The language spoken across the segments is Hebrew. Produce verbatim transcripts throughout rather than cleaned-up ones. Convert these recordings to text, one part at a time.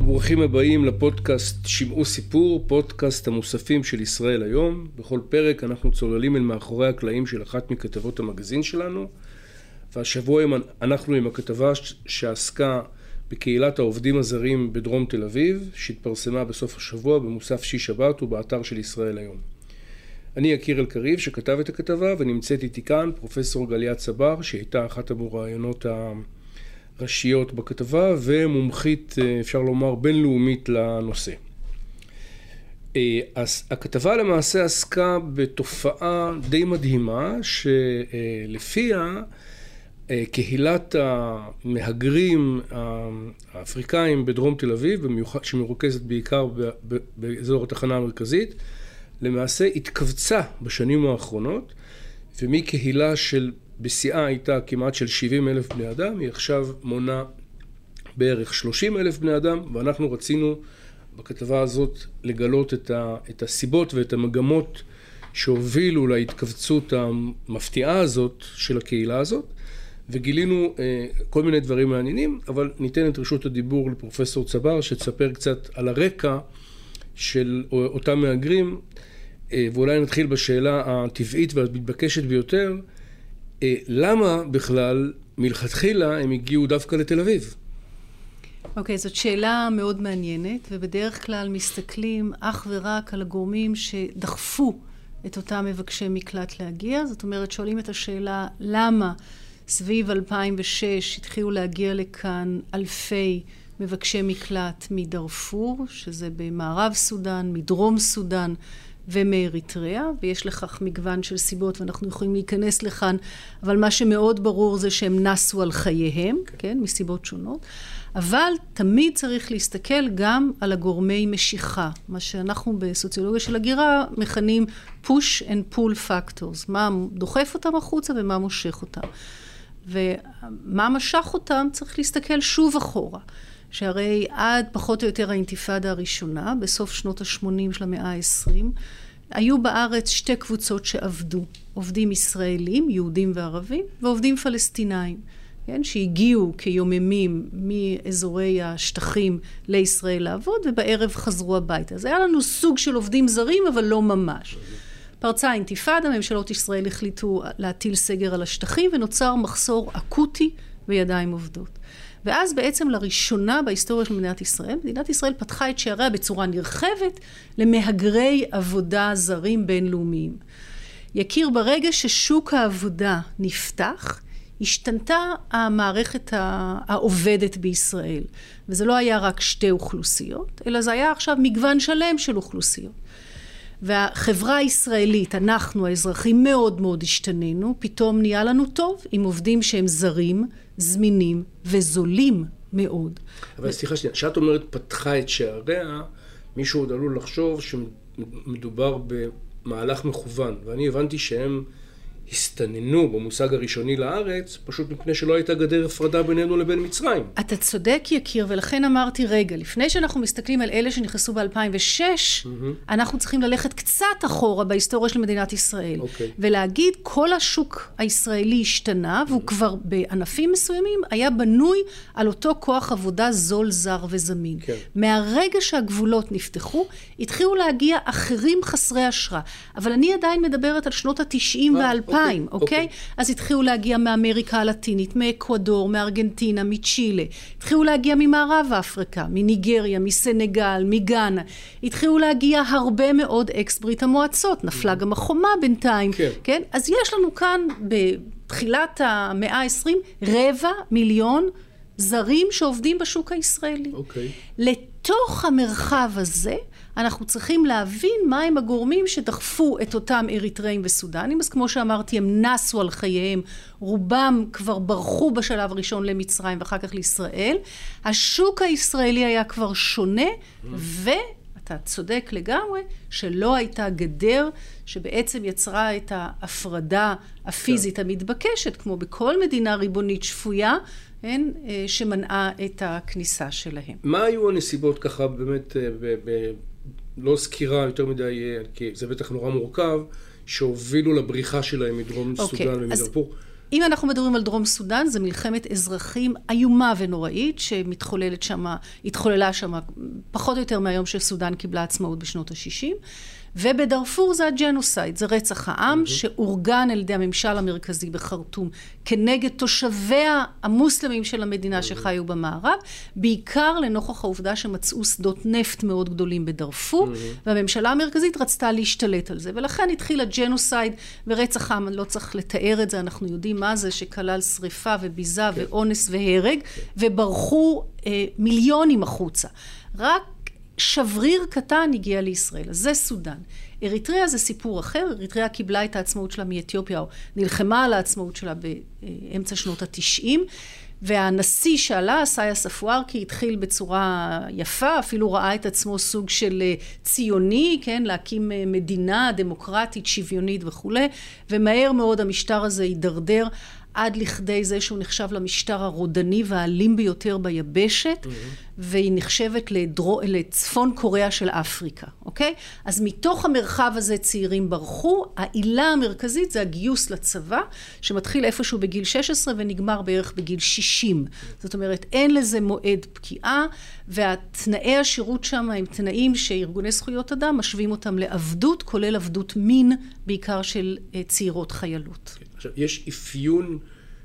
ברוכים הבאים לפודקאסט שמעו סיפור, פודקאסט המוספים של ישראל היום. בכל פרק אנחנו צוללים אל מאחורי הקלעים של אחת מכתבות המגזין שלנו, והשבוע אנחנו עם הכתבה שעסקה בקהילת העובדים הזרים בדרום תל אביב, שהתפרסמה בסוף השבוע במוסף שיש שבת ובאתר של ישראל היום. אני יקיר אלקריב שכתב את הכתבה, ונמצאת איתי כאן פרופסור גליה צבר, שהייתה אחת המוראיינות הראשיות בכתבה, ומומחית, אפשר לומר, בינלאומית לנושא. אז הכתבה למעשה עסקה בתופעה די מדהימה, שלפיה קהילת המהגרים האפריקאים בדרום תל אביב, שמרוכזת בעיקר באזור התחנה המרכזית, למעשה התכווצה בשנים האחרונות, ומקהילה של בשיאה הייתה כמעט של שבעים אלף בני אדם, היא עכשיו מונה בערך שלושים אלף בני אדם, ואנחנו רצינו בכתבה הזאת לגלות את, ה, את הסיבות ואת המגמות שהובילו להתכווצות המפתיעה הזאת של הקהילה הזאת, וגילינו אה, כל מיני דברים מעניינים, אבל ניתן את רשות הדיבור לפרופסור צבר, שתספר קצת על הרקע של אותם מהגרים, ואולי נתחיל בשאלה הטבעית והמתבקשת ביותר, למה בכלל מלכתחילה הם הגיעו דווקא לתל אביב? אוקיי, okay, זאת שאלה מאוד מעניינת, ובדרך כלל מסתכלים אך ורק על הגורמים שדחפו את אותם מבקשי מקלט להגיע. זאת אומרת, שואלים את השאלה למה סביב אלפיים ושש התחילו להגיע לכאן אלפי מבקשי מקלט מדרפור, שזה במערב סודן, מדרום סודן ומאריתריאה, ויש לכך מגוון של סיבות ואנחנו יכולים להיכנס לכאן, אבל מה שמאוד ברור זה שהם נסו על חייהם, okay. כן, מסיבות שונות, אבל תמיד צריך להסתכל גם על הגורמי משיכה, מה שאנחנו בסוציולוגיה של הגירה מכנים push and pull factors, מה דוחף אותם החוצה ומה מושך אותם. ומה משך אותם צריך להסתכל שוב אחורה. שהרי עד פחות או יותר האינתיפאדה הראשונה, בסוף שנות ה-שמונים של המאה ה-עשרים, היו בארץ שתי קבוצות שעבדו. עובדים ישראלים, יהודים וערבים, ועובדים פלסטינאים, כן? שהגיעו כיוממים מאזורי השטחים לישראל לעבוד, ובערב חזרו הביתה. אז היה לנו סוג של עובדים זרים, אבל לא ממש. פרצה האינתיפאדה, ממשלות ישראל החליטו להטיל סגר על השטחים, ונוצר מחסור אקוטי בידיים עובדות. ואז בעצם לראשונה בהיסטוריה של מדינת ישראל, מדינת ישראל פתחה את שעריה בצורה נרחבת למהגרי עבודה זרים בינלאומיים. יכיר, ברגע ששוק העבודה נפתח, השתנתה המערכת העובדת בישראל. וזה לא היה רק שתי אוכלוסיות, אלא זה היה עכשיו מגוון שלם של אוכלוסיות. והחברה הישראלית, אנחנו האזרחים מאוד מאוד השתננו, פתאום נהיה לנו טוב עם עובדים שהם זרים, זמינים וזולים מאוד. אבל סליחה שנייה, שאת אומרת פתחה את שעריה, מישהו עוד עלול לחשוב שמדובר במהלך מכוון, ואני הבנתי שהם הסתננו במושג הראשוני לארץ, פשוט מפני שלא הייתה גדר הפרדה בינינו לבין מצרים. אתה צודק יקיר, ולכן אמרתי רגע, לפני שאנחנו מסתכלים על אלה שנכנסו ב-אלפיים ושש, mm-hmm. אנחנו צריכים ללכת קצת אחורה בהיסטוריה של מדינת ישראל, okay. ולהגיד כל השוק הישראלי השתנה, והוא mm-hmm. כבר בענפים מסוימים היה בנוי על אותו כוח עבודה זול, זר וזמין. Okay. מהרגע שהגבולות נפתחו, התחילו להגיע אחרים חסרי אשרה, אבל אני עדיין מדברת על שנות ה-תשעים וה-אלפיים. אוקיי? Okay, okay. אז התחילו להגיע מאמריקה הלטינית, מאקוודור, מארגנטינה, מצ'ילה. התחילו להגיע ממערב אפריקה, מניגריה, מסנגל, מגאנה. התחילו להגיע הרבה מאוד אקס ברית המועצות. נפלה גם החומה בינתיים. כן. כן? אז יש לנו כאן בתחילת המאה ה-עשרים רבע מיליון זרים שעובדים בשוק הישראלי. אוקיי. לתוך המרחב הזה אנחנו צריכים להבין מהם הגורמים שדחפו את אותם אריתראים וסודנים. אז כמו שאמרתי, הם נסו על חייהם, רובם כבר ברחו בשלב הראשון למצרים ואחר כך לישראל. השוק הישראלי היה כבר שונה, ואתה צודק לגמרי שלא הייתה גדר שבעצם יצרה את ההפרדה הפיזית המתבקשת, כמו בכל מדינה ריבונית שפויה, כן, שמנעה את הכניסה שלהם. מה היו הנסיבות ככה באמת ב- ב- לא סקירה יותר מדי, כי זה בטח נורא מורכב, שהובילו לבריחה שלהם מדרום okay, סודן ומדרפור. אם אנחנו מדברים על דרום סודן, זה מלחמת אזרחים איומה ונוראית, שמתחוללת שמה, התחוללה שמה פחות או יותר מהיום שסודן קיבלה עצמאות בשנות ה-שישים, ובדארפור זה הג'נוסייד, זה רצח העם, mm-hmm. שאורגן על ידי הממשל המרכזי בחרטום, כנגד תושביה המוסלמים של המדינה mm-hmm. שחיו במערב, בעיקר לנוכח העובדה שמצאו שדות נפט מאוד גדולים בדארפור, mm-hmm. והממשלה המרכזית רצתה להשתלט על זה, ולכן התחיל הג'נוסייד ורצח העם, לא צריך לתאר את זה, אנחנו יודעים מה זה, שכלל שריפה וביזה okay. ואונס והרג, okay. וברחו אה, מיליונים החוצה. רק שבריר קטן הגיע לישראל, אז זה סודן. אריתריאה זה סיפור אחר, אריתריאה קיבלה את העצמאות שלה מאתיופיה, או נלחמה על העצמאות שלה באמצע שנות התשעים, והנשיא שעלה, סאיאס אפוארקי, התחיל בצורה יפה, אפילו ראה את עצמו סוג של ציוני, כן, להקים מדינה דמוקרטית, שוויונית וכו', ומהר מאוד המשטר הזה הידרדר, עד לכדי זה שהוא נחשב למשטר הרודני והאלים ביותר ביבשת, mm-hmm. והיא נחשבת לדרו, לצפון קוריאה של אפריקה, אוקיי? אז מתוך המרחב הזה צעירים ברחו, העילה המרכזית זה הגיוס לצבא, שמתחיל איפשהו בגיל שש עשרה ונגמר בערך בגיל שישים. זאת אומרת, אין לזה מועד פקיעה, והתנאי השירות שם הם תנאים שארגוני זכויות אדם משווים אותם לעבדות, כולל עבדות מין, בעיקר של צעירות חיילות. עכשיו, יש אפיון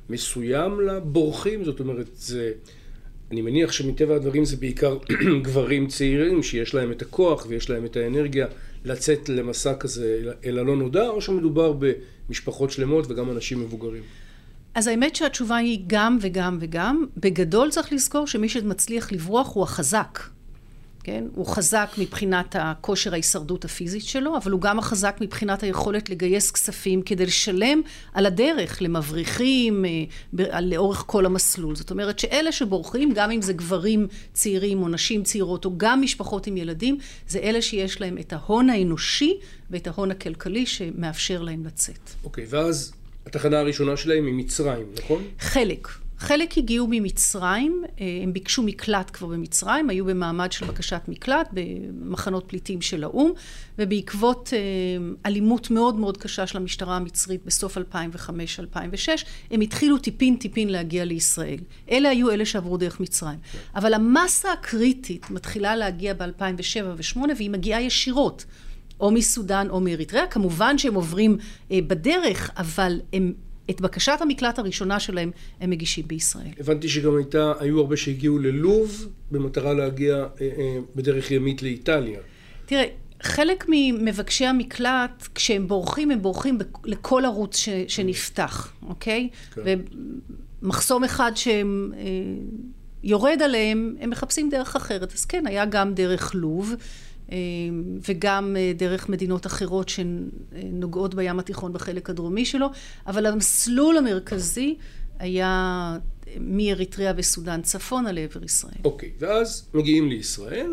מסוים לבורחים, זאת אומרת, זה, אני מניח שמטבע הדברים זה בעיקר גברים צעירים שיש להם את הכוח ויש להם את האנרגיה לצאת למסע כזה אל הלא נודע, או שמדובר במשפחות שלמות וגם אנשים מבוגרים? אז האמת שהתשובה היא גם וגם וגם. בגדול צריך לזכור שמי שמצליח לברוח הוא החזק. כן? הוא חזק מבחינת הכושר ההישרדות הפיזית שלו, אבל הוא גם החזק מבחינת היכולת לגייס כספים כדי לשלם על הדרך למבריחים לאורך כל המסלול. זאת אומרת שאלה שבורחים, גם אם זה גברים צעירים או נשים צעירות או גם משפחות עם ילדים, זה אלה שיש להם את ההון האנושי ואת ההון הכלכלי שמאפשר להם לצאת. אוקיי, ואז התחנה הראשונה שלהם היא מצרים, נכון? חלק. חלק הגיעו ממצרים, הם ביקשו מקלט כבר במצרים, היו במעמד של בקשת מקלט במחנות פליטים של האום, ובעקבות אלימות מאוד מאוד קשה של המשטרה המצרית בסוף אלפיים וחמש אלפיים ושש, הם התחילו טיפין טיפין להגיע לישראל. אלה היו אלה שעברו דרך מצרים. אבל המסה הקריטית מתחילה להגיע ב-אלפיים ושבע ו-שמונה, והיא מגיעה ישירות, או מסודן או מאריתריאה. כמובן שהם עוברים בדרך, אבל הם את בקשת המקלט הראשונה שלהם הם מגישים בישראל. הבנתי שגם הייתה, היו הרבה שהגיעו ללוב במטרה להגיע אה, אה, בדרך ימית לאיטליה. תראה, חלק ממבקשי המקלט, כשהם בורחים, הם בורחים לכל ערוץ ש, שנפתח, אוקיי? כן. ומחסום אחד שהם אה, יורד עליהם, הם מחפשים דרך אחרת. אז כן, היה גם דרך לוב, וגם דרך מדינות אחרות שנוגעות בים התיכון בחלק הדרומי שלו, אבל המסלול המרכזי היה מאריתריאה וסודן צפונה לעבר ישראל. אוקיי, ואז מגיעים לישראל,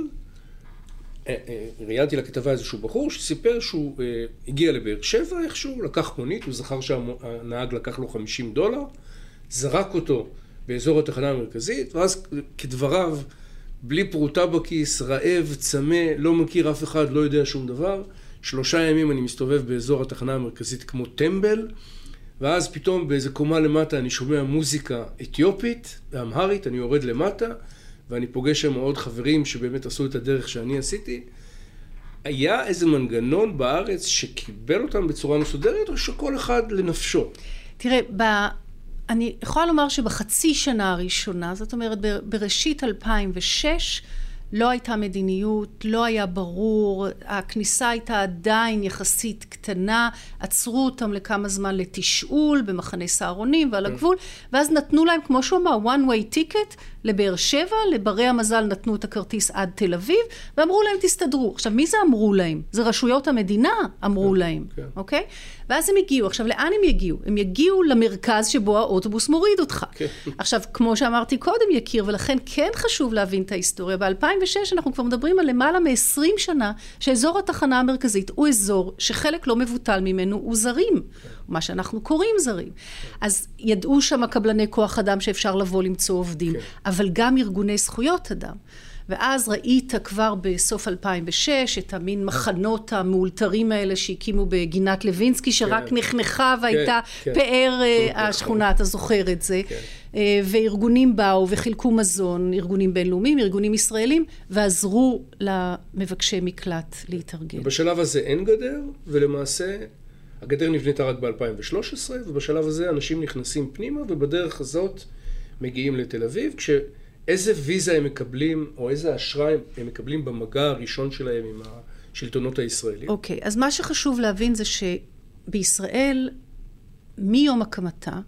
ראיינתי לכתבה איזשהו בחור שסיפר שהוא הגיע לבאר שבע איכשהו, לקח מונית, הוא זכר שהנהג לקח לו חמישים דולר, זרק אותו באזור התחנה המרכזית, ואז כדבריו, בלי פרוטה בכיס, רעב, צמא, לא מכיר אף אחד, לא יודע שום דבר. שלושה ימים אני מסתובב באזור התחנה המרכזית כמו טמבל, ואז פתאום באיזה קומה למטה אני שומע מוזיקה אתיופית, באמהרית, אני יורד למטה, ואני פוגש שם עוד חברים שבאמת עשו את הדרך שאני עשיתי. היה איזה מנגנון בארץ שקיבל אותם בצורה מסודרת, או שכל אחד לנפשו? תראה, ב... אני יכולה לומר שבחצי שנה הראשונה, זאת אומרת בראשית אלפיים ושש, לא הייתה מדיניות, לא היה ברור, הכניסה הייתה עדיין יחסית קטנה, עצרו אותם לכמה זמן לתשאול במחנה סהרונים ועל הגבול, ואז נתנו להם, כמו שהוא אמר, one way ticket לבאר שבע, לברי המזל נתנו את הכרטיס עד תל אביב, ואמרו להם תסתדרו. עכשיו, מי זה אמרו להם? זה רשויות המדינה אמרו להם, אוקיי? ואז הם הגיעו. עכשיו, לאן הם יגיעו? הם יגיעו למרכז שבו האוטובוס מוריד אותך. עכשיו, כמו שאמרתי קודם, יקיר, ולכן כן חשוב להבין את ההיסטוריה. ב-אלפיים ושש אנחנו כבר מדברים על למעלה מ-עשרים שנה, שאזור התחנה המרכזית הוא אזור שחלק לא מבוטל ממנו הוא זרים. מה שאנחנו קוראים זרים. אז ידעו שם קבלני כוח אדם שאפשר לבוא למצוא עובדים, אבל גם ארגוני זכויות אדם. ואז ראית כבר בסוף אלפיים ושש את המין מחנות המאולתרים האלה שהקימו בגינת לוינסקי, שרק נחנכה והייתה פאר השכונה, אתה זוכר את זה. וארגונים באו וחילקו מזון, ארגונים בינלאומיים, ארגונים ישראלים, ועזרו למבקשי מקלט להתארגן. בשלב הזה אין גדר, ולמעשה הגדר נבנתה רק ב-אלפיים ושלוש עשרה, ובשלב הזה אנשים נכנסים פנימה, ובדרך הזאת מגיעים לתל אביב, כשאיזה ויזה הם מקבלים, או איזה אשראי הם מקבלים במגע הראשון שלהם עם השלטונות הישראלים. אוקיי, אז מה שחשוב להבין זה שבישראל, מיום הקמתה,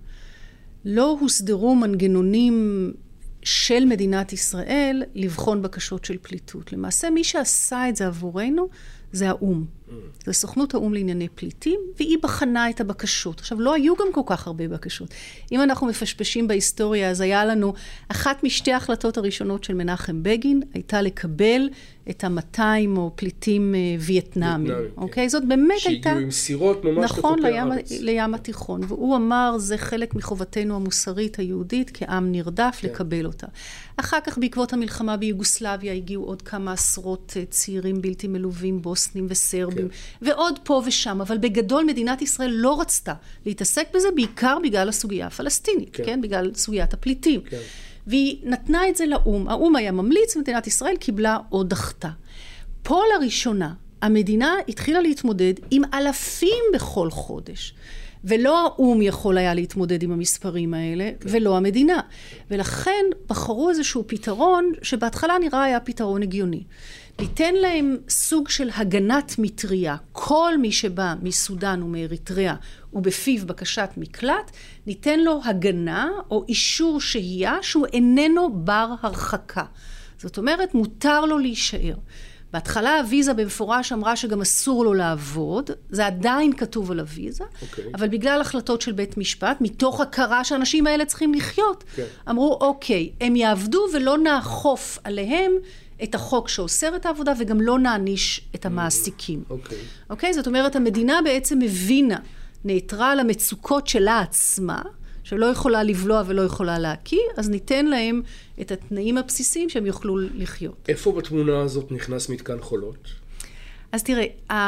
לא הוסדרו מנגנונים של מדינת ישראל לבחון בקשות של פליטות. למעשה, מי שעשה את זה עבורנו, זה האום. זה סוכנות האום לענייני פליטים, והיא בחנה את הבקשות. עכשיו, לא היו גם כל כך הרבה בקשות. אם אנחנו מפשפשים בהיסטוריה, אז היה לנו, אחת משתי ההחלטות הראשונות של מנחם בגין, הייתה לקבל את ה-מאתיים או פליטים וייטנאמים. אוקיי? זאת באמת הייתה... שהגיעו עם סירות ממש נכון, לים, לים התיכון. והוא אמר, זה חלק מחובתנו המוסרית היהודית, כעם נרדף, לקבל אותה. אחר כך, בעקבות המלחמה ביוגוסלביה, הגיעו עוד כמה עשרות צעירים בלתי מלווים, בוסנים וסרבים, ועוד פה ושם, אבל בגדול מדינת ישראל לא רצתה להתעסק בזה, בעיקר בגלל הסוגיה הפלסטינית, כן, כן? בגלל סוגיית הפליטים. כן. והיא נתנה את זה לאום. האום היה ממליץ, מדינת ישראל קיבלה או דחתה. פה לראשונה, המדינה התחילה להתמודד עם אלפים בכל חודש. ולא האום יכול היה להתמודד עם המספרים האלה, כן. ולא המדינה. ולכן בחרו איזשהו פתרון, שבהתחלה נראה היה פתרון הגיוני. ניתן להם סוג של הגנת מטריה. כל מי שבא מסודן ומאריתריאה ובפיו בקשת מקלט, ניתן לו הגנה או אישור שהייה שהוא איננו בר הרחקה. זאת אומרת, מותר לו להישאר. בהתחלה הוויזה במפורש אמרה שגם אסור לו לעבוד, זה עדיין כתוב על הוויזה, okay. אבל בגלל החלטות של בית משפט, מתוך הכרה שאנשים האלה צריכים לחיות, okay. אמרו, אוקיי, הם יעבדו ולא נאכוף עליהם את החוק שאוסר את העבודה, וגם לא נעניש את המעסיקים. אוקיי. Okay. אוקיי? זאת אומרת, המדינה בעצם מבינה, נעתרה למצוקות שלה עצמה, שלא יכולה לבלוע ולא יכולה להקיא, אז ניתן להם את התנאים הבסיסיים שהם יוכלו לחיות. איפה בתמונה הזאת נכנס מתקן חולות? אז תראה,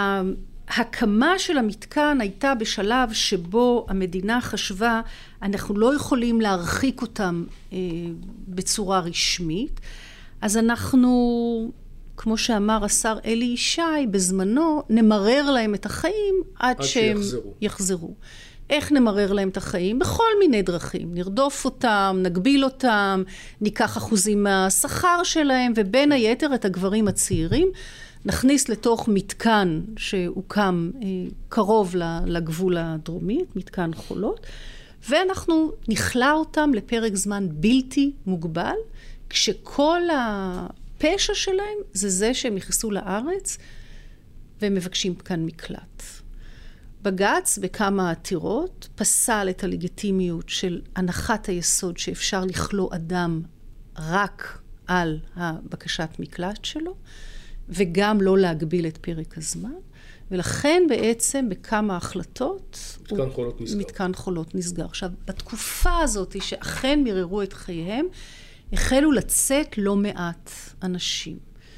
ההקמה של המתקן הייתה בשלב שבו המדינה חשבה, אנחנו לא יכולים להרחיק אותם אה, בצורה רשמית, אז אנחנו, כמו שאמר השר אלי ישי, בזמנו נמרר להם את החיים עד, עד שהם שיחזרו. יחזרו. איך נמרר להם את החיים? בכל מיני דרכים. נרדוף אותם, נגביל אותם, ניקח אחוזים מהשכר שלהם, ובין היתר את הגברים הצעירים, נכניס לתוך מתקן שהוקם אה, קרוב לגבול הדרומי, מתקן חולות, ואנחנו נכלא אותם לפרק זמן בלתי מוגבל, כשכל הפשע שלהם זה זה שהם נכנסו לארץ והם מבקשים כאן מקלט. בג"ץ בכמה עתירות פסל את הלגיטימיות של הנחת היסוד שאפשר לכלוא אדם רק על הבקשת מקלט שלו, וגם לא להגביל את פרק הזמן, ולכן בעצם בכמה החלטות מתקן חולות נסגר. מתקן חולות נסגר. עכשיו, בתקופה הזאת שאכן מררו את חייהם, החלו לצאת לא מעט אנשים.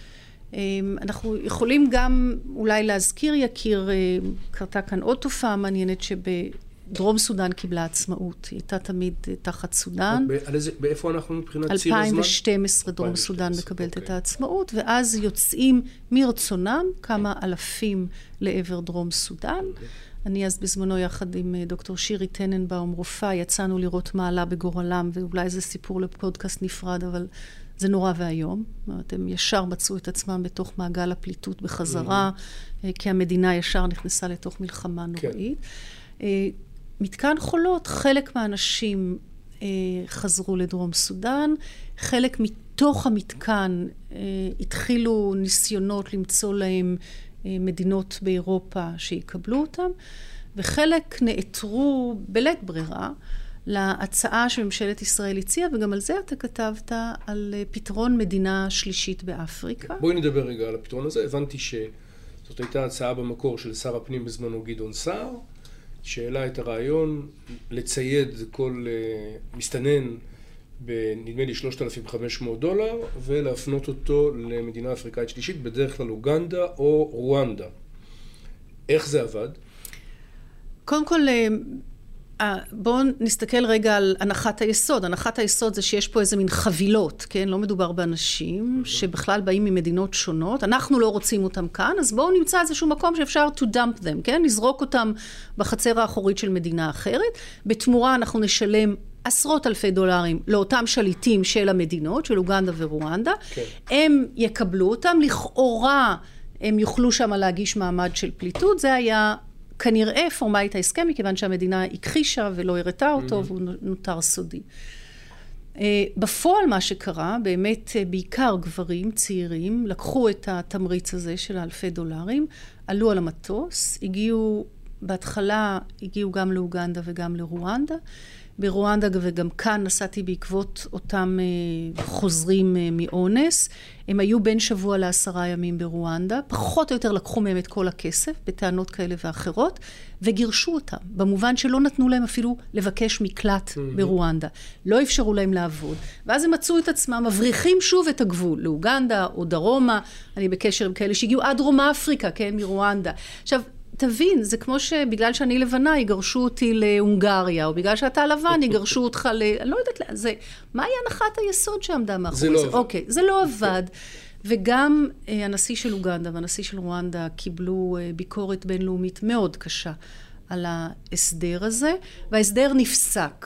אנחנו יכולים גם אולי להזכיר, יקיר, קרתה כאן עוד תופעה מעניינת שבדרום סודן קיבלה עצמאות. היא הייתה תמיד תחת סודן. באיפה אנחנו מבחינת ציר הזמן? אלפיים ושתים עשרה דרום סודן מקבלת את העצמאות, ואז יוצאים מרצונם כמה אלפים לעבר דרום סודן. אני אז בזמנו יחד עם דוקטור שירי טננבאום, רופאה, יצאנו לראות מה עלה בגורלם, ואולי זה סיפור לפודקאסט נפרד, אבל זה נורא והיום. הם ישר מצאו את עצמם בתוך מעגל הפליטות בחזרה, mm-hmm. כי המדינה ישר נכנסה לתוך מלחמה נוראית. כן. מתקן חולות, חלק מהאנשים חזרו לדרום סודן, חלק מתוך המתקן התחילו ניסיונות למצוא להם מדינות באירופה שיקבלו אותם, וחלק נעתרו בלית ברירה להצעה שממשלת ישראל הציעה, וגם על זה אתה כתבת על פתרון מדינה שלישית באפריקה. בואי נדבר רגע על הפתרון הזה. הבנתי שזאת הייתה הצעה במקור של שר הפנים בזמנו גדעון סער, שהעלה את הרעיון לצייד כל מסתנן בנדמה לי שלושת אלפים וחמש מאות דולר, ולהפנות אותו למדינה אפריקאית שלישית, בדרך כלל אוגנדה או רואנדה. איך זה עבד? קודם כל, בואו נסתכל רגע על הנחת היסוד. הנחת היסוד זה שיש פה איזה מין חבילות, כן? לא מדובר באנשים שבכלל באים ממדינות שונות. אנחנו לא רוצים אותם כאן, אז בואו נמצא איזשהו מקום שאפשר to dump them, כן? לזרוק אותם בחצר האחורית של מדינה אחרת. בתמורה אנחנו נשלם עשרות אלפי דולרים לאותם שליטים של המדינות, של אוגנדה ורואנדה. כן. הם יקבלו אותם, לכאורה הם יוכלו שם להגיש מעמד של פליטות. זה היה כנראה פורמלית ההסכם, מכיוון שהמדינה הכחישה ולא הראתה אותו, mm-hmm. והוא נותר סודי. בפועל מה שקרה, באמת בעיקר גברים צעירים, לקחו את התמריץ הזה של אלפי דולרים, עלו על המטוס, הגיעו, בהתחלה הגיעו גם לאוגנדה וגם לרואנדה, ברואנדה וגם כאן נסעתי בעקבות אותם חוזרים מאונס. הם היו בין שבוע לעשרה ימים ברואנדה, פחות או יותר לקחו מהם את כל הכסף, בטענות כאלה ואחרות, וגירשו אותם, במובן שלא נתנו להם אפילו לבקש מקלט mm-hmm. ברואנדה. לא אפשרו להם לעבוד. ואז הם מצאו את עצמם, מבריחים שוב את הגבול, לאוגנדה או דרומה, אני בקשר עם כאלה שהגיעו עד דרום אפריקה, כן, מרואנדה. עכשיו, תבין, זה כמו שבגלל שאני לבנה יגרשו אותי להונגריה, או בגלל שאתה לבן יגרשו אותך ל... אני לא יודעת, זה... מה היה הנחת היסוד שעמדה מאחורי זה? זה לא עבד. אוקיי, זה לא עבד. וגם אה, הנשיא של אוגנדה והנשיא של רואנדה קיבלו אה, ביקורת בינלאומית מאוד קשה על ההסדר הזה, וההסדר נפסק.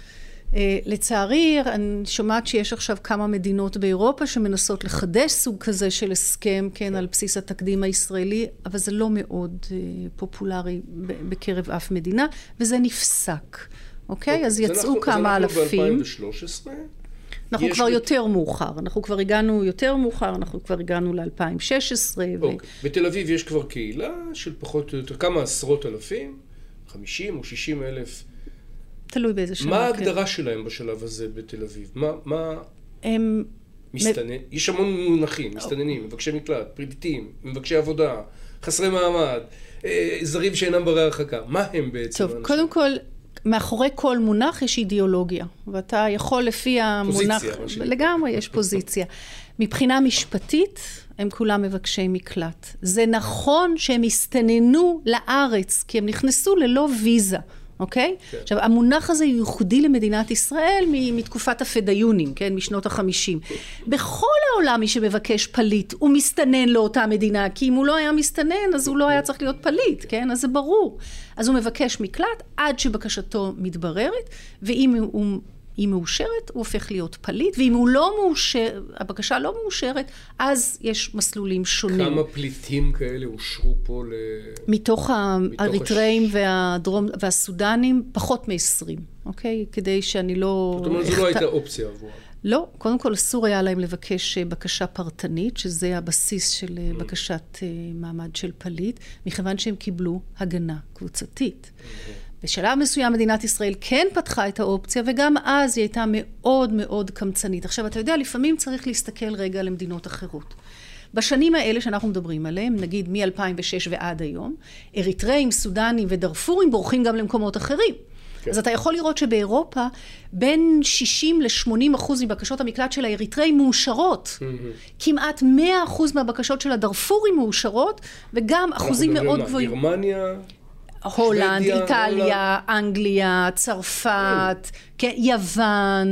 Uh, לצערי, אני שומעת שיש עכשיו כמה מדינות באירופה שמנסות לחדש סוג כזה של הסכם, כן, על בסיס התקדים הישראלי, אבל זה לא מאוד uh, פופולרי בקרב אף מדינה, וזה נפסק, אוקיי? Okay? אז יצאו אנחנו, כמה אז אלפים. אנחנו ב-אלפיים ושלוש עשרה? אנחנו כבר ב... יותר מאוחר, אנחנו כבר הגענו יותר מאוחר, אנחנו כבר הגענו ל-אלפיים ושש עשרה. אוקיי, ו... בתל אביב יש כבר קהילה של פחות או יותר, כמה עשרות אלפים, חמישים או שישים אלף, תלוי באיזה שנה. מה ההגדרה שלהם בשלב הזה בתל אביב? מה, מה... הם... מסתנן... יש המון מונחים, מסתננים, מבקשי מקלט, פליטים, מבקשי עבודה, חסרי מעמד, זרים שאינם ברי הרחקה. מה הם בעצם? טוב, קודם כל, מאחורי כל מונח יש אידיאולוגיה, ואתה יכול לפי המונח... פוזיציה. לגמרי, יש פוזיציה. מבחינה משפטית, הם כולם מבקשי מקלט. זה נכון שהם הסתננו לארץ, כי הם נכנסו ללא ויזה. אוקיי? כן. עכשיו, המונח הזה ייחודי למדינת ישראל מתקופת הפדאיונים, כן? משנות החמישים. בכל העולם מי שמבקש פליט, הוא מסתנן לאותה מדינה, כי אם הוא לא היה מסתנן, אז הוא לא היה צריך להיות פליט, כן? אז זה ברור. אז הוא מבקש מקלט עד שבקשתו מתבררת, ואם הוא... היא מאושרת, הוא הופך להיות פליט, ואם הוא לא מאושר, הבקשה לא מאושרת, אז יש מסלולים שונים. כמה פליטים כאלה אושרו פה ל... מתוך האריתראים הש... והדרום, והסודנים, פחות מ-עשרים, אוקיי? כדי שאני לא... זאת אומרת, זו לא הייתה אופציה עבורה. לא, קודם כל אסור היה להם לבקש בקשה פרטנית, שזה הבסיס של בקשת מעמד של פליט, מכיוון שהם קיבלו הגנה קבוצתית. בשלב מסוים מדינת ישראל כן פתחה את האופציה, וגם אז היא הייתה מאוד מאוד קמצנית. עכשיו, אתה יודע, לפעמים צריך להסתכל רגע למדינות אחרות. בשנים האלה שאנחנו מדברים עליהם, נגיד מ-אלפיים ושש ועד היום, אריתראים, סודנים ודרפורים בורחים גם למקומות אחרים. כן. אז אתה יכול לראות שבאירופה, בין שישים ל-שמונים אחוז מבקשות המקלט של האריתראים מאושרות. Mm-hmm. כמעט מאה אחוז מהבקשות של הדרפורים מאושרות, וגם אחוזים מאוד גבוהים. גרמניה... הולנד, שוודיה, איטליה, הולנד. אנגליה, צרפת, כן, יוון.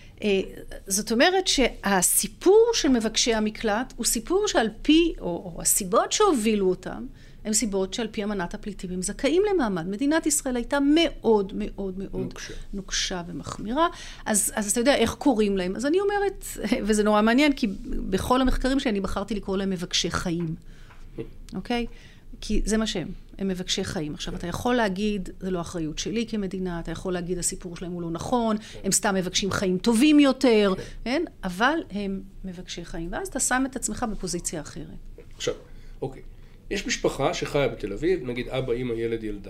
זאת אומרת שהסיפור של מבקשי המקלט הוא סיפור שעל פי, או, או הסיבות שהובילו אותם, הן סיבות שעל פי אמנת הפליטים הם זכאים למעמד. מדינת ישראל הייתה מאוד מאוד מאוד נוקשה, נוקשה ומחמירה. אז, אז אתה יודע איך קוראים להם. אז אני אומרת, וזה נורא מעניין, כי בכל המחקרים שאני בחרתי לקרוא להם מבקשי חיים. אוקיי? כי זה מה שהם. הם מבקשי חיים. עכשיו, אתה יכול להגיד, זה לא אחריות שלי כמדינה, אתה יכול להגיד, הסיפור שלהם הוא לא נכון, הם סתם מבקשים חיים טובים יותר, כן? אבל הם מבקשי חיים. ואז אתה שם את עצמך בפוזיציה אחרת. עכשיו, אוקיי. יש משפחה שחיה בתל אביב, נגיד אבא, אמא, ילד, ילדה.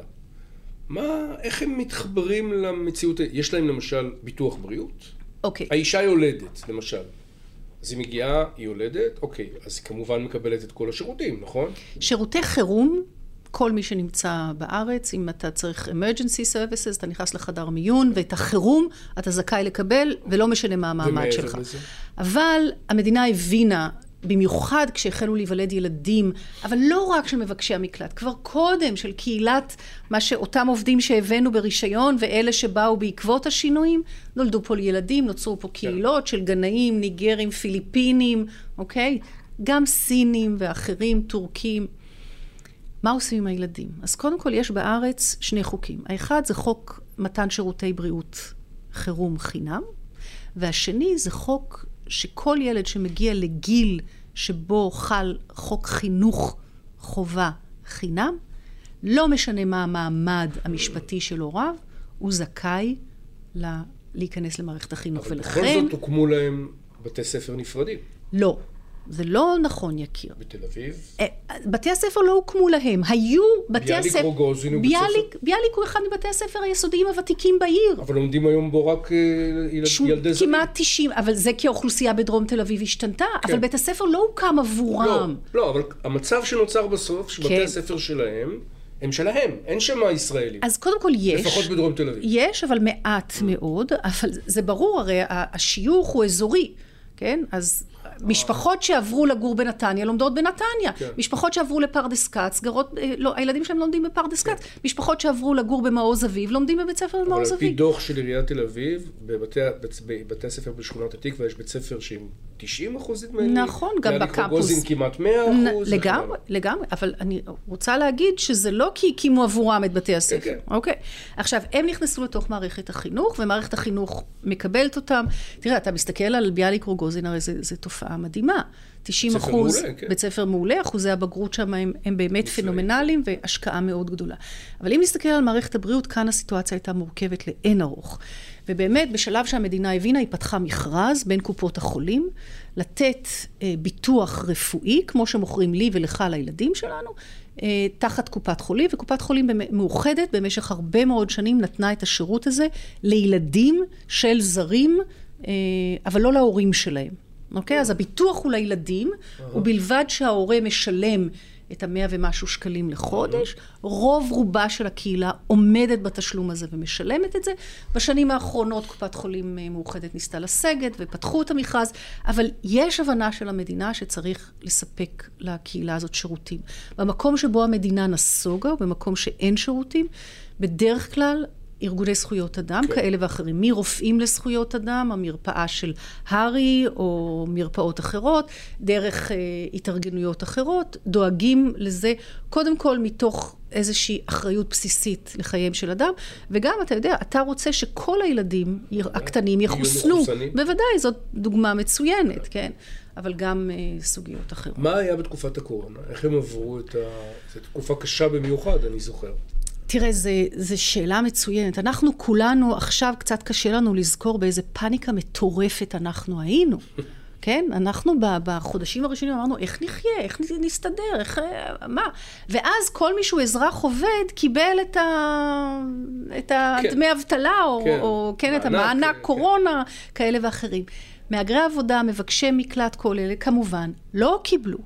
מה, איך הם מתחברים למציאות? יש להם למשל ביטוח בריאות? אוקיי. האישה יולדת, למשל. אז היא מגיעה, היא יולדת, אוקיי, אז היא כמובן מקבלת את כל השירותים, נכון? שירותי חירום, כל מי שנמצא בארץ, אם אתה צריך emergency services, אתה נכנס לחדר מיון, ואת החירום אתה זכאי לקבל, ולא משנה מה המעמד שלך. לזה. אבל המדינה הבינה, במיוחד כשהחלו להיוולד ילדים, אבל לא רק של מבקשי המקלט, כבר קודם של קהילת, מה שאותם עובדים שהבאנו ברישיון, ואלה שבאו בעקבות השינויים, נולדו פה ילדים, נוצרו פה קהילות של גנאים, ניגרים, פיליפינים, אוקיי? גם סינים ואחרים, טורקים. מה עושים עם הילדים? אז קודם כל יש בארץ שני חוקים. האחד זה חוק מתן שירותי בריאות חירום חינם, והשני זה חוק שכל ילד שמגיע לגיל שבו חל חוק חינוך חובה חינם, לא משנה מה המעמד המשפטי של הוריו, הוא זכאי לה, להיכנס למערכת החינוך. אבל ולכן, בכל זאת הוקמו להם בתי ספר נפרדים. לא. זה לא נכון, יקיר. בתל אביב? בתי הספר לא הוקמו להם. היו בתי הספר... ביאליק רוגוזין הוא בית ספר? ביאליק הוא אחד מבתי הספר היסודיים הוותיקים בעיר. אבל לומדים היום בו רק ילדי זרים. כמעט תשעים, אבל זה כי האוכלוסייה בדרום תל אביב השתנתה, אבל בית הספר לא הוקם עבורם. לא, לא, אבל המצב שנוצר בסוף, שבתי הספר שלהם, הם שלהם, אין שמה ישראלים. אז קודם כל יש. לפחות בדרום תל אביב. יש, אבל מעט מאוד, אבל זה ברור, הרי השיוך הוא אזורי, כן? אז... משפחות שעברו לגור בנתניה, לומדות בנתניה. כן. משפחות שעברו לפרדס כץ, גרות, לא, הילדים שלהם לומדים בפרדס כץ. כן. משפחות שעברו לגור במעוז אביב, לומדים בבית ספר במעוז אביב. אבל על פי דוח של עיריית תל אביב, בבתי, בבתי הספר בשכונת התקווה, יש בית ספר שעם תשעים אחוז נדמה לי. נכון, גם בקמפוס. ביאליק רוגוזין כמעט מאה אחוז. לגמרי, לגמרי. אבל אני רוצה להגיד שזה לא כי הקימו עבורם את בתי הספר. כן, כן. אוקיי. עכשיו, הם נכנסו לתוך מערכת החינוך, ומערכת החינוך מקבלת אותם. תראה, אתה מסתכל על ביאליק רוגוזין, הרי זה, זה תופעה מדהימה. תשעים אחוז בית ספר מעולה, אחוזי הבגרות שם הם, הם באמת פנומנליים והשקעה מאוד גדולה. אבל אם נסתכל על מערכת הבריאות, כאן הסיטואציה הייתה מורכבת לאין ארוך. ובאמת בשלב שהמדינה הבינה, היא פתחה מכרז בין קופות החולים, לתת אה, ביטוח רפואי, כמו שמוכרים לי ולך לילדים שלנו, אה, תחת קופת חולים, וקופת חולים מאוחדת במשך הרבה מאוד שנים נתנה את השירות הזה לילדים של זרים, אה, אבל לא להורים שלהם. אוקיי? אז הביטוח הוא לילדים, ובלבד שההורה משלם את המאה ומשהו שקלים לחודש, רוב רובה של הקהילה עומדת בתשלום הזה ומשלמת את זה. בשנים האחרונות קופת חולים מאוחדת ניסתה לסגת ופתחו את המכרז, אבל יש הבנה של המדינה שצריך לספק לקהילה הזאת שירותים. במקום שבו המדינה נסוגה, או במקום שאין שירותים, בדרך כלל ארגוני זכויות אדם, כן. כאלה ואחרים, מרופאים לזכויות אדם, המרפאה של הרי או מרפאות אחרות, דרך אה, התארגנויות אחרות, דואגים לזה, קודם כל מתוך איזושהי אחריות בסיסית לחייהם של אדם, וגם אתה יודע, אתה רוצה שכל הילדים הקטנים יחוסנו, בוודאי, זאת דוגמה מצוינת, כן? אבל גם אה, סוגיות אחרות. מה היה בתקופת הקורונה? איך הם עברו את ה... זו תקופה קשה במיוחד, אני זוכר. תראה, זו שאלה מצוינת. אנחנו כולנו, עכשיו קצת קשה לנו לזכור באיזה פאניקה מטורפת אנחנו היינו. כן? אנחנו בחודשים הראשונים אמרנו, איך נחיה? איך נסתדר? איך, מה? ואז כל מישהו אזרח עובד קיבל את ה... את הדמי אבטלה, או, כן. או כן, את המענק קורונה, כאלה ואחרים. מהגרי עבודה, מבקשי מקלט כל אלה, כמובן, לא קיבלו.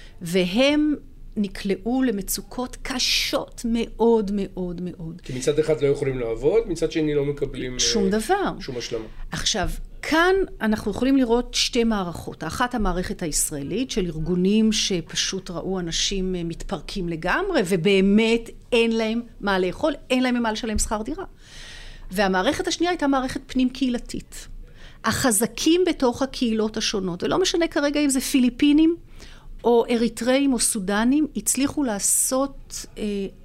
והם נקלעו למצוקות קשות מאוד מאוד מאוד. כי מצד אחד לא יכולים לעבוד, מצד שני לא מקבלים שום דבר. שום השלמה. עכשיו, כאן אנחנו יכולים לראות שתי מערכות. האחת המערכת הישראלית של ארגונים שפשוט ראו אנשים מתפרקים לגמרי, ובאמת אין להם מה לאכול, אין להם מה לשלם שכר דירה. והמערכת השנייה הייתה מערכת פנים קהילתית. החזקים בתוך הקהילות השונות, ולא משנה כרגע אם זה פיליפינים, או אריתראים או סודנים, הצליחו לעשות אה,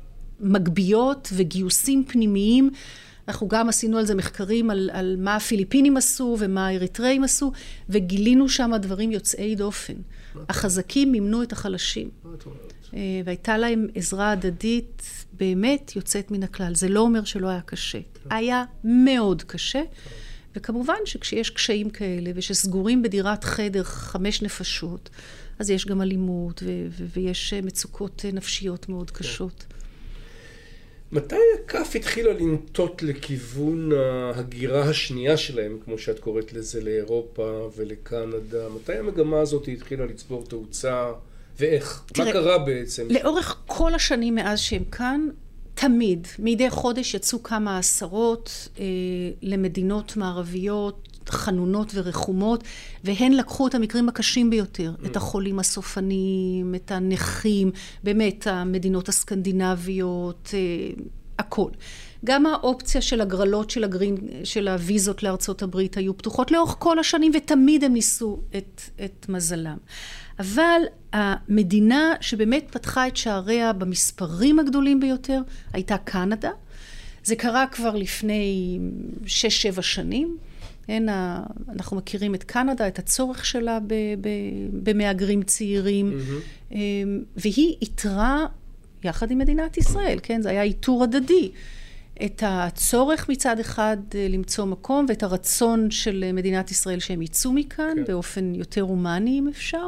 מגביות וגיוסים פנימיים. אנחנו גם עשינו על זה מחקרים על, על מה הפיליפינים עשו ומה האריתראים עשו, וגילינו שם דברים יוצאי דופן. החזקים מימנו את החלשים. אה, והייתה להם עזרה הדדית באמת יוצאת מן הכלל. זה לא אומר שלא היה קשה. היה מאוד קשה. וכמובן שכשיש קשיים כאלה ושסגורים בדירת חדר חמש נפשות, אז יש גם אלימות ו- ו- ויש מצוקות נפשיות מאוד קשות. מתי הכף התחילה לנטות לכיוון ההגירה השנייה שלהם, כמו שאת קוראת לזה, לאירופה ולקנדה? מתי המגמה הזאת התחילה לצבור תאוצה ואיך? תראה, מה קרה בעצם? לאורך כל השנים מאז שהם כאן, תמיד, מדי חודש יצאו כמה עשרות אה, למדינות מערביות, חנונות ורחומות, והן לקחו את המקרים הקשים ביותר, mm. את החולים הסופניים, את הנכים, באמת המדינות הסקנדינביות, אה, הכל. גם האופציה של הגרלות של, הגרין, של הוויזות לארצות הברית היו פתוחות לאורך כל השנים, ותמיד הם ניסו את, את מזלם. אבל המדינה שבאמת פתחה את שעריה במספרים הגדולים ביותר, הייתה קנדה. זה קרה כבר לפני שש, שבע שנים. אין, אנחנו מכירים את קנדה, את הצורך שלה ב, ב, במהגרים צעירים, mm-hmm. והיא איתרה יחד עם מדינת ישראל, כן? זה היה איתור הדדי. את הצורך מצד אחד למצוא מקום, ואת הרצון של מדינת ישראל שהם יצאו מכאן, כן. באופן יותר הומני אם אפשר.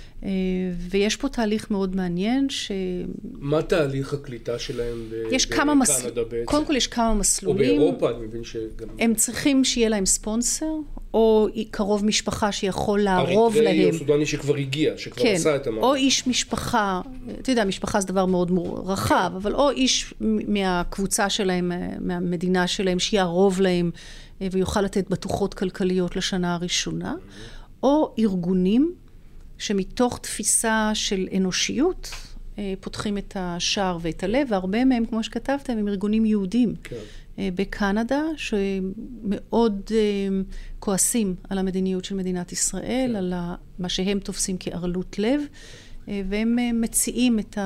ויש פה תהליך מאוד מעניין ש... מה תהליך הקליטה שלהם בקנדה מס... בעצם? קודם כל יש כמה מסלולים. או באירופה, אני מבין שגם... הם צריכים שיהיה להם ספונסר, או קרוב משפחה שיכול לערוב להם. אריתראי או סודני שכבר הגיע, שכבר כן. עשה את המערכת. או איש משפחה, אתה יודע, משפחה זה דבר מאוד רחב, אבל או איש מהקבוצה שלהם, מהמדינה שלהם, שיערוב להם, ויוכל לתת בטוחות כלכליות לשנה הראשונה, או ארגונים, שמתוך תפיסה של אנושיות, פותחים את השער ואת הלב, והרבה מהם, כמו שכתבתם, הם ארגונים יהודים כן. בקנדה, שמאוד כועסים על המדיניות של מדינת ישראל, כן. על מה שהם תופסים כערלות לב, והם מציעים את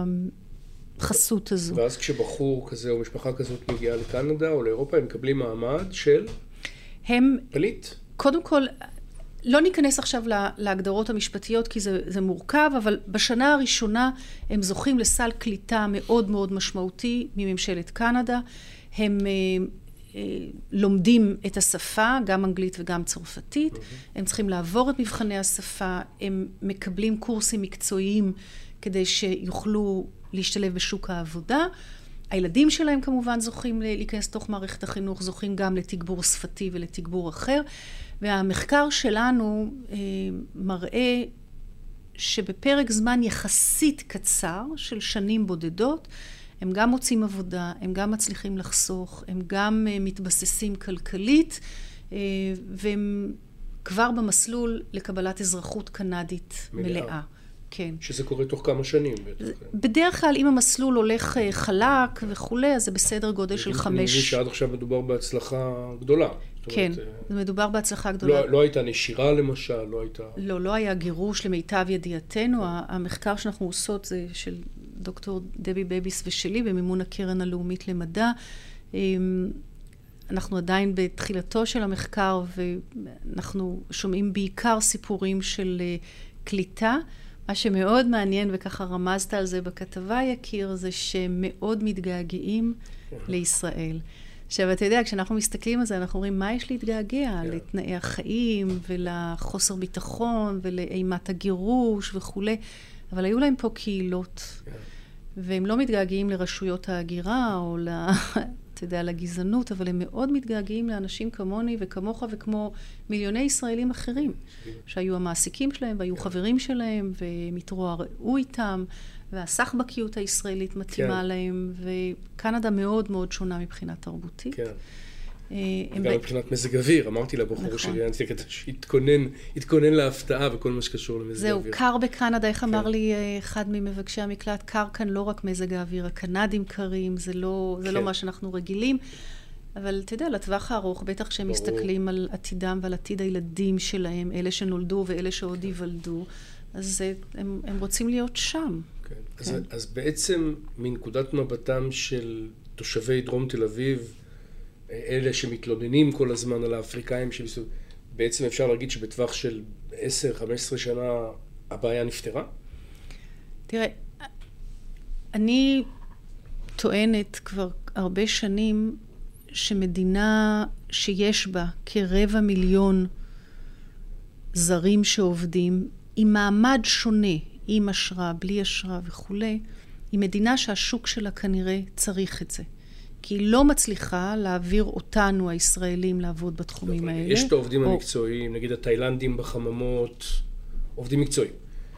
החסות הזו. ואז כשבחור כזה או משפחה כזאת מגיעה לקנדה או לאירופה, הם מקבלים מעמד של הם, פליט? קודם כל, לא ניכנס עכשיו להגדרות המשפטיות כי זה, זה מורכב, אבל בשנה הראשונה הם זוכים לסל קליטה מאוד מאוד משמעותי מממשלת קנדה. הם אה, אה, לומדים את השפה, גם אנגלית וגם צרפתית. Mm-hmm. הם צריכים לעבור את מבחני השפה, הם מקבלים קורסים מקצועיים כדי שיוכלו להשתלב בשוק העבודה. הילדים שלהם כמובן זוכים להיכנס תוך מערכת החינוך, זוכים גם לתגבור שפתי ולתגבור אחר. והמחקר שלנו אה, מראה שבפרק זמן יחסית קצר של שנים בודדות, הם גם מוצאים עבודה, הם גם מצליחים לחסוך, הם גם אה, מתבססים כלכלית, אה, והם כבר במסלול לקבלת אזרחות קנדית מלאה. מלאה. כן. שזה קורה תוך כמה שנים. בדרך כלל, אם המסלול הולך חלק וכולי, אז זה בסדר גודל של חמש... אני מבין שעד עכשיו מדובר בהצלחה גדולה. כן, זה מדובר בהצלחה גדולה. לא הייתה נשירה למשל, לא הייתה... לא, לא היה גירוש למיטב ידיעתנו. המחקר שאנחנו עושות זה של דוקטור דבי בביס ושלי, במימון הקרן הלאומית למדע. אנחנו עדיין בתחילתו של המחקר, ואנחנו שומעים בעיקר סיפורים של קליטה. מה שמאוד מעניין, וככה רמזת על זה בכתבה, יקיר, זה שמאוד מתגעגעים לישראל. עכשיו, אתה יודע, כשאנחנו מסתכלים על זה, אנחנו אומרים, מה יש להתגעגע? לתנאי החיים, ולחוסר ביטחון, ולאימת הגירוש וכו'. אבל היו להם פה קהילות, והם לא מתגעגעים לרשויות ההגירה, או ל... אתה יודע, לגזענות, אבל הם מאוד מתגעגעים לאנשים כמוני וכמוך וכמו מיליוני ישראלים אחרים, שהיו המעסיקים שלהם והיו חברים שלהם, והם התרועעו איתם, והסחבקיות הישראלית מתאימה להם, וקנדה מאוד מאוד שונה מבחינה תרבותית. כן. גם מבחינת מזג אוויר, אמרתי לבחור שלי, אני צריך להתכונן להפתעה וכל מה שקשור למזג זהו, האוויר. קר בקנדה, איך אמר לי אחד ממבקשי המקלט, קר כאן לא רק מזג האוויר, הקנדים קרים, זה לא מה שאנחנו רגילים, אבל אתה יודע, לטווח הארוך, בטח כשהם מסתכלים על עתידם ועל עתיד הילדים שלהם, אלה שנולדו ואלה שעוד ייוולדו, אז הם רוצים להיות שם. אז בעצם מנקודת מבטם של תושבי דרום תל אביב, אלה שמתלוננים כל הזמן על האפריקאים, בעצם אפשר להגיד שבטווח של עשר חמש עשרה שנה הבעיה נפתרה? תראה, אני טוענת כבר הרבה שנים שמדינה שיש בה כרבע מיליון זרים שעובדים, עם מעמד שונה, עם אשרה, בלי אשרה וכו', היא מדינה שהשוק שלה כנראה צריך את זה. כי היא לא מצליחה להעביר אותנו, הישראלים, לעבוד בתחומים האלה. יש את העובדים המקצועיים, נגיד התאילנדים בחממות, עובדים מקצועיים.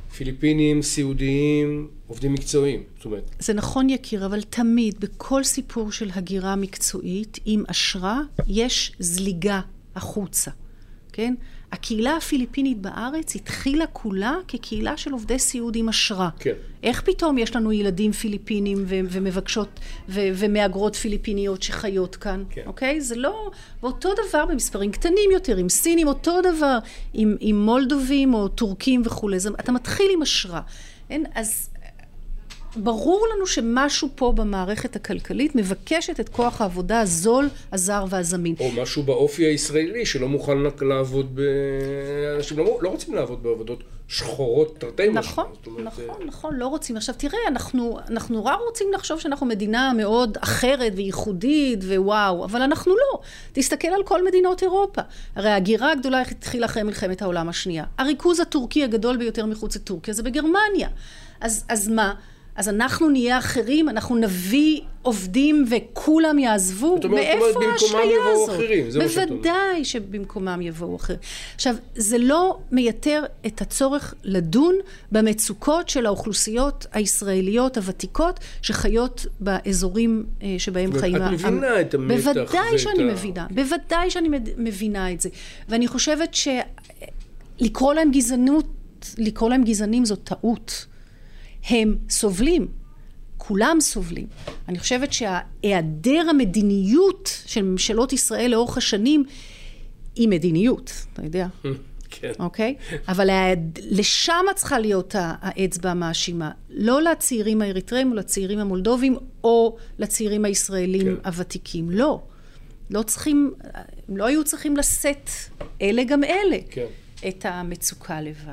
פיליפינים, סיעודיים, עובדים מקצועיים, זאת אומרת. זה נכון יקיר, אבל תמיד בכל סיפור של הגירה מקצועית עם אשרה יש זליגה החוצה, כן? הקהילה הפיליפינית בארץ התחילה כולה כקהילה של עובדי סיעוד עם אשרה. כן. איך פתאום יש לנו ילדים פיליפינים ו- ומבקשות ו- ומאגרות פיליפיניות שחיות כאן? כן. אוקיי? זה לא... ואותו דבר במספרים קטנים יותר, עם סינים, אותו דבר עם, עם מולדובים או טורקים וכו'. זה, אתה מתחיל עם אשרה. אין? אז ברור לנו שמשהו פה במערכת הכלכלית מבקשת את כוח העבודה הזול, הזר והזמין. או משהו באופי הישראלי שלא מוכן לעבוד ב... אנשים לא, לא רוצים לעבוד בעבודות שחורות, תרתי משהו. נכון, נכון, נכון, לא רוצים. עכשיו תראה, אנחנו, אנחנו נורא רוצים לחשוב שאנחנו מדינה מאוד אחרת וייחודית ווואו, אבל אנחנו לא. תסתכל על כל מדינות אירופה. הרי ההגירה הגדולה התחילה אחרי מלחמת העולם השנייה. הריכוז הטורקי הגדול ביותר מחוץ לטורקיה זה בגרמניה. אז, אז מה? אז אנחנו נהיה אחרים, אנחנו נביא עובדים וכולם יעזבו. מאיפה האשליה הזאת? בוודאי שבמקומם יבואו אחרים. עכשיו, זה לא מייתר את הצורך לדון במצוקות של האוכלוסיות הישראליות הוותיקות שחיות באזורים שבהם חיים. את מבינה את המתח. בוודאי שאני מבינה, בוודאי שאני מבינה את זה. ואני חושבת שלקרוא להם גזענות, לקרוא להם גזענים זו טעות. הם סובלים, כולם סובלים. אני חושבת שההיעדר המדיניות של ממשלות ישראל לאורך השנים היא מדיניות, אתה יודע? כן. אוקיי? אבל לשם צריכה להיות האצבע המאשימה. לא לצעירים האריתראים או לצעירים המולדובים או לצעירים הישראלים הוותיקים. לא. לא צריכים, לא היו צריכים לשאת אלה גם אלה את המצוקה לבד.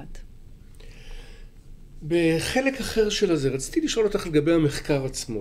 בחלק אחר של הזה, רציתי לשאול אותך לגבי המחקר עצמו.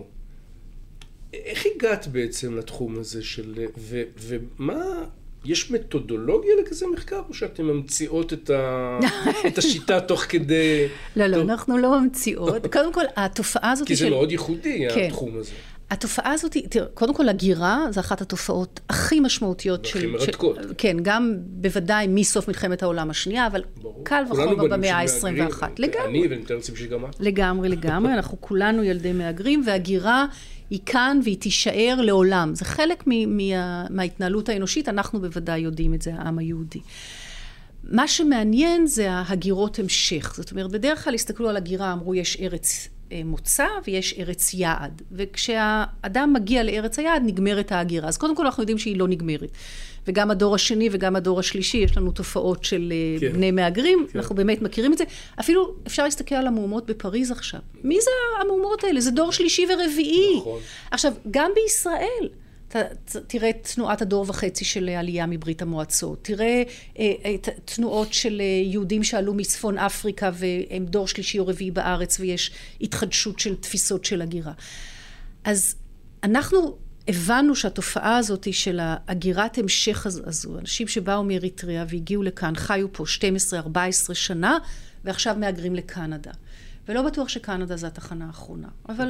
איך הגעת בעצם לתחום הזה של... ו, ומה... יש מתודולוגיה לכזה מחקר, או שאתם ממציאות את, ה... את השיטה תוך כדי... לא, לא, אנחנו לא ממציאות. קודם כל, התופעה הזאת... כי זה מאוד ייחודי, התחום הזה. התופעה הזאת, תראה, קודם כל הגירה, זה אחת התופעות הכי משמעותיות של... הכי מרתקות. כן, גם בוודאי מסוף מלחמת העולם השנייה, אבל קל וחומר במאה ה-עשרים ואחת. לגמרי. אני ואני תרצים שגם את. לגמרי, לגמרי. אנחנו כולנו ילדי מהגרים, והגירה היא כאן והיא תישאר לעולם. זה חלק מההתנהלות האנושית, אנחנו בוודאי יודעים את זה, העם היהודי. מה שמעניין זה ההגירות המשך. זאת אומרת, בדרך כלל הסתכלו על הגירה, אמרו יש ארץ מוצא ויש ארץ יעד. וכשהאדם מגיע לארץ היעד, נגמרת ההגירה. אז קודם כל אנחנו יודעים שהיא לא נגמרת. וגם הדור השני וגם הדור השלישי, יש לנו תופעות של כן. בני מהגרים, כן. אנחנו באמת מכירים את זה. אפילו אפשר להסתכל על המהומות בפריז עכשיו. מי זה המהומות האלה? זה דור שלישי ורביעי. נכון. עכשיו, גם בישראל, ת, ת, תראה תנועת הדור וחצי של עלייה מברית המועצות, תראה אה, תנועות של יהודים שעלו מצפון אפריקה והם דור שלישי או רביעי בארץ ויש התחדשות של תפיסות של הגירה. אז אנחנו הבנו שהתופעה הזאת של ההגירת המשך הזו, אנשים שבאו מאריתריאה והגיעו לכאן, חיו פה שתים עשרה ארבע עשרה שנה ועכשיו מהגרים לקנדה. ולא בטוח שקנדה זה התחנה האחרונה, אבל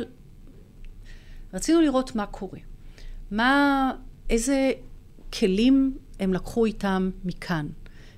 רצינו לראות מה קורה. מה, איזה כלים הם לקחו איתם מכאן?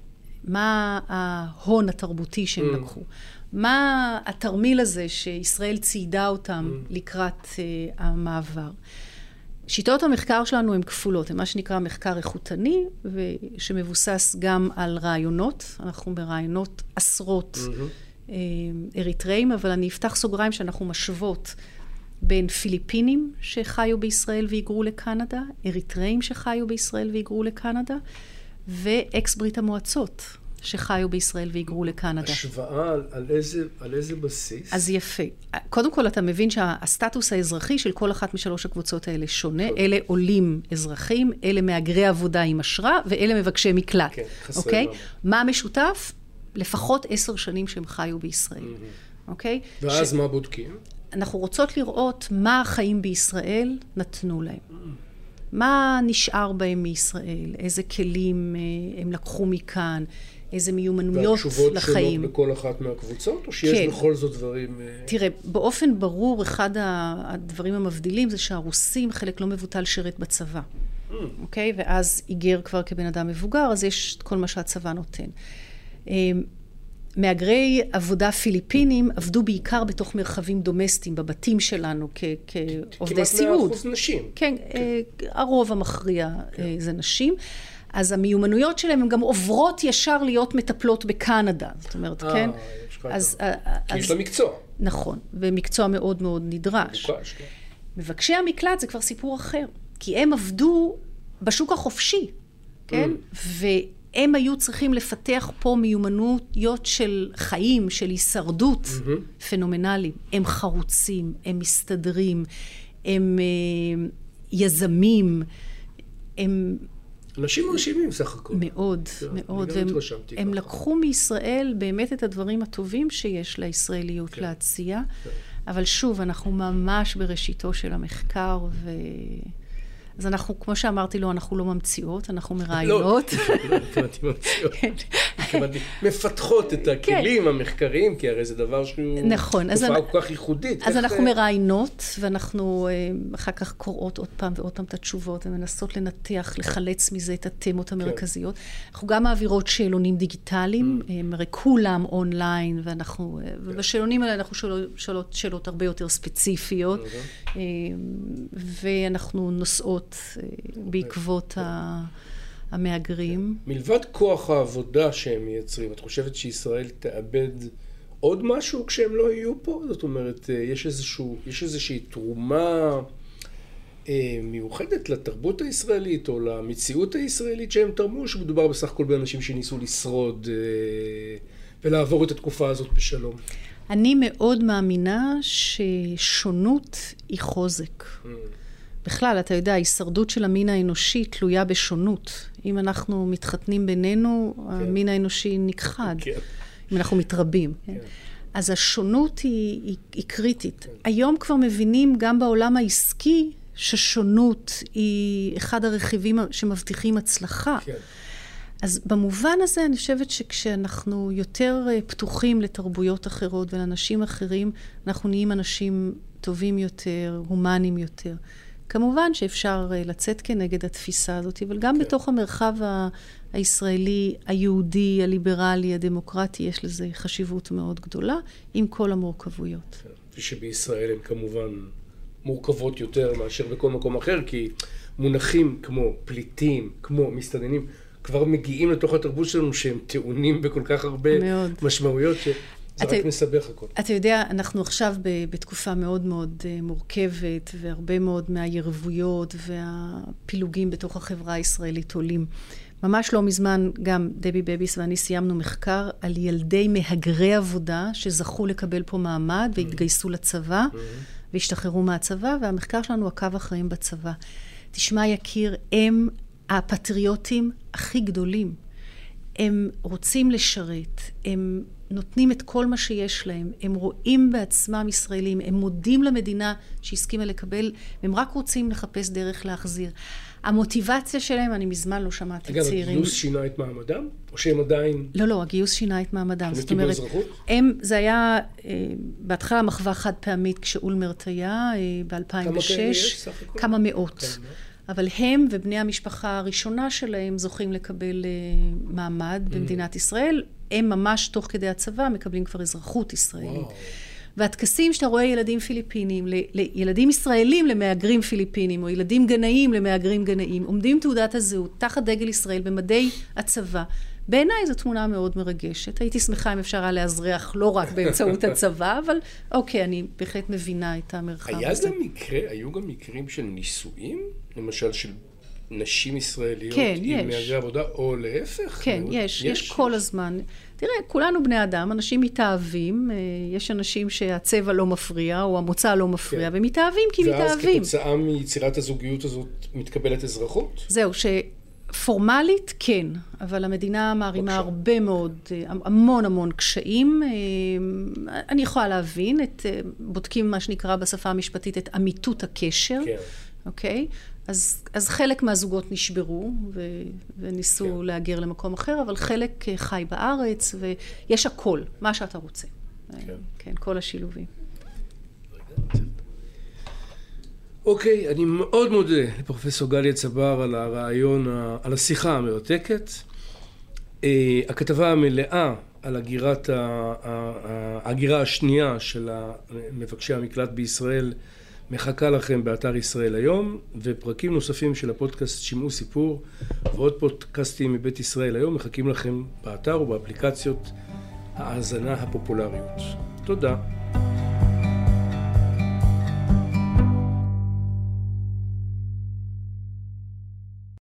מה ההון התרבותי שהם mm. לקחו? מה התרמיל הזה שישראל ציידה אותם mm. לקראת uh, המעבר? שיטות המחקר שלנו הן כפולות, הן מה שנקרא מחקר איכותני, שמבוסס גם על רעיונות. אנחנו ברעיונות עשרות mm-hmm. אריתראים, אבל אני אפתח סוגריים שאנחנו משוות בין פיליפינים שחיו בישראל והיגרו לקנדה, אריתראים שחיו בישראל והיגרו לקנדה, ואקס ברית המועצות שחיו בישראל והיגרו לקנדה. השוואה על, על, איזה, על איזה בסיס? אז יפה. קודם כל אתה מבין שהסטטוס האזרחי של כל אחת משלוש הקבוצות האלה שונה. טוב. אלה עולים אזרחים, אלה מהגרי עבודה עם אשרה, ואלה מבקשי מקלט. כן, חסרי אוקיי? מה המשותף? לפחות עשר שנים שהם חיו בישראל. Mm-hmm. אוקיי? ואז ש... מה בודקים? אנחנו רוצות לראות מה החיים בישראל נתנו להם. Mm. מה נשאר בהם מישראל? איזה כלים הם לקחו מכאן? איזה מיומנויות לחיים. והתשובות שונות בכל אחת מהקבוצות, או שיש כן. בכל זאת דברים... תראה, באופן ברור, אחד הדברים המבדילים זה שהרוסים חלק לא מבוטל שירת בצבא. Mm. אוקיי? ואז היגר כבר כבן אדם מבוגר, אז יש כל מה שהצבא נותן. מהגרי עבודה פיליפינים עבדו בעיקר בתוך מרחבים דומסטיים, בבתים שלנו, כעובדי סיעוד. כמעט מאה אחוז נשים. כן, הרוב המכריע זה נשים. אז המיומנויות שלהם הן גם עוברות ישר להיות מטפלות בקנדה. זאת אומרת, כן? כי יש לה מקצוע. נכון, ומקצוע מאוד מאוד נדרש. מבקשי המקלט זה כבר סיפור אחר, כי הם עבדו בשוק החופשי, כן? והם היו צריכים לפתח פה מיומנויות של חיים, של הישרדות פנומנליים. הם חרוצים, הם מסתדרים, הם יזמים, הם... אנשים מרשימים סך הכל. מאוד, מאוד. הם לקחו מישראל באמת את הדברים הטובים שיש לישראליות להציע, אבל שוב, אנחנו ממש בראשיתו של המחקר, ו... אז אנחנו, כמו שאמרתי לו, אנחנו לא ממציאות, אנחנו מראיינות. לא, לא התכוונתי ממציאות. התכוונתי, מפתחות את הכלים המחקריים, כי הרי זה דבר שהוא תופעה כל כך ייחודית. אז אנחנו מראיינות, ואנחנו אחר כך קוראות עוד פעם ועוד פעם את התשובות, ומנסות לנתח, לחלץ מזה את התמות המרכזיות. אנחנו גם מעבירות שאלונים דיגיטליים, הרי כולם אונליין, ואנחנו, ובשאלונים האלה אנחנו שואלות שאלות הרבה יותר ספציפיות, ואנחנו נושאות בעקבות המהגרים. מלבד כוח העבודה שהם מייצרים, את חושבת שישראל תאבד עוד משהו כשהם לא יהיו פה? זאת אומרת, יש איזשהו, יש איזושהי תרומה מיוחדת לתרבות הישראלית או למציאות הישראלית שהם תרמו, שמדובר בסך הכל באנשים שניסו לשרוד ולעבור את התקופה הזאת בשלום? אני מאוד מאמינה ששונות היא חוזק. בכלל, אתה יודע, ההישרדות של המין האנושי תלויה בשונות. אם אנחנו מתחתנים בינינו, כן. המין האנושי נכחד. כן. אם אנחנו מתרבים. כן. כן. אז השונות היא, היא, היא קריטית. כן. היום כבר מבינים גם בעולם העסקי ששונות היא אחד הרכיבים שמבטיחים הצלחה. כן. אז במובן הזה אני חושבת שכשאנחנו יותר פתוחים לתרבויות אחרות ולאנשים אחרים, אנחנו נהיים אנשים טובים יותר, הומניים יותר. כמובן שאפשר לצאת כנגד התפיסה הזאת, אבל גם כן. בתוך המרחב ה- הישראלי, היהודי, הליברלי, הדמוקרטי, יש לזה חשיבות מאוד גדולה, עם כל המורכבויות. כן. ושבישראל הן כמובן מורכבות יותר מאשר בכל מקום אחר, כי מונחים כמו פליטים, כמו מסתננים, כבר מגיעים לתוך התרבות שלנו שהם טעונים בכל כך הרבה מאוד. משמעויות ש... זה רק מסבך הכל. אתה יודע, אנחנו עכשיו בתקופה מאוד מאוד מורכבת, והרבה מאוד מהיריבויות והפילוגים בתוך החברה הישראלית עולים. ממש לא מזמן גם דבי בביס ואני סיימנו מחקר על ילדי מהגרי עבודה שזכו לקבל פה מעמד והתגייסו לצבא והשתחררו מהצבא, והמחקר שלנו עקב אחריהם בצבא. תשמע יקיר, הם הפטריוטים הכי גדולים. הם רוצים לשרת, הם נותנים את כל מה שיש להם, הם רואים בעצמם ישראלים, הם מודים למדינה שהסכימה לקבל, והם רק רוצים לחפש דרך להחזיר. המוטיבציה שלהם, אני מזמן לא שמעתי אגב, צעירים. אגב, הגיוס שינה את מעמדם? או שהם עדיין... לא, לא, הגיוס שינה את מעמדם. זאת אומרת, הם, זה היה בהתחלה מחווה חד פעמית כשאולמרט היה, ב-אלפיים ושש, כמה, כמה מאות. כמה מאות. אבל הם ובני המשפחה הראשונה שלהם זוכים לקבל uh, מעמד mm. במדינת ישראל. הם ממש תוך כדי הצבא מקבלים כבר אזרחות ישראלית. וואו. והטקסים שאתה רואה ילדים פיליפינים, ל- ל- ילדים ישראלים למהגרים פיליפינים, או ילדים גנאים למהגרים גנאים, עומדים תעודת הזהות תחת דגל ישראל במדי הצבא. בעיניי זו תמונה מאוד מרגשת. הייתי שמחה אם אפשר היה להזריח לא רק באמצעות הצבא, אבל אוקיי, אני בהחלט מבינה את המרחב היה הזה. גם מקרה, היו גם מקרים של נישואים? למשל של נשים ישראליות כן, עם יש. מהגרי עבודה, או להפך? כן, מאוד, יש, יש, יש כל יש. הזמן. תראה, כולנו בני אדם, אנשים מתאהבים, יש אנשים שהצבע לא מפריע, או המוצא לא מפריע, כן. ומתאהבים כי ואז מתאהבים. ואז כתוצאה מיצירת הזוגיות הזאת מתקבלת אזרחות? זהו, ש... פורמלית כן, אבל המדינה מערימה הרבה מאוד, המון המון קשיים. אני יכולה להבין, את, בודקים מה שנקרא בשפה המשפטית את אמיתות הקשר, כן. אוקיי? אז, אז חלק מהזוגות נשברו ו, וניסו כן. להגר למקום אחר, אבל חלק חי בארץ ויש הכל, מה שאתה רוצה. כן, כן כל השילובים. אוקיי, אני מאוד מודה לפרופסור גליה צבר על הרעיון, על השיחה המרתקת. הכתבה המלאה על הגירת, ההגירה השנייה של מבקשי המקלט בישראל מחכה לכם באתר ישראל היום, ופרקים נוספים של הפודקאסט שמעו סיפור ועוד פודקאסטים מבית ישראל היום מחכים לכם באתר ובאפליקציות ההאזנה הפופולריות. תודה.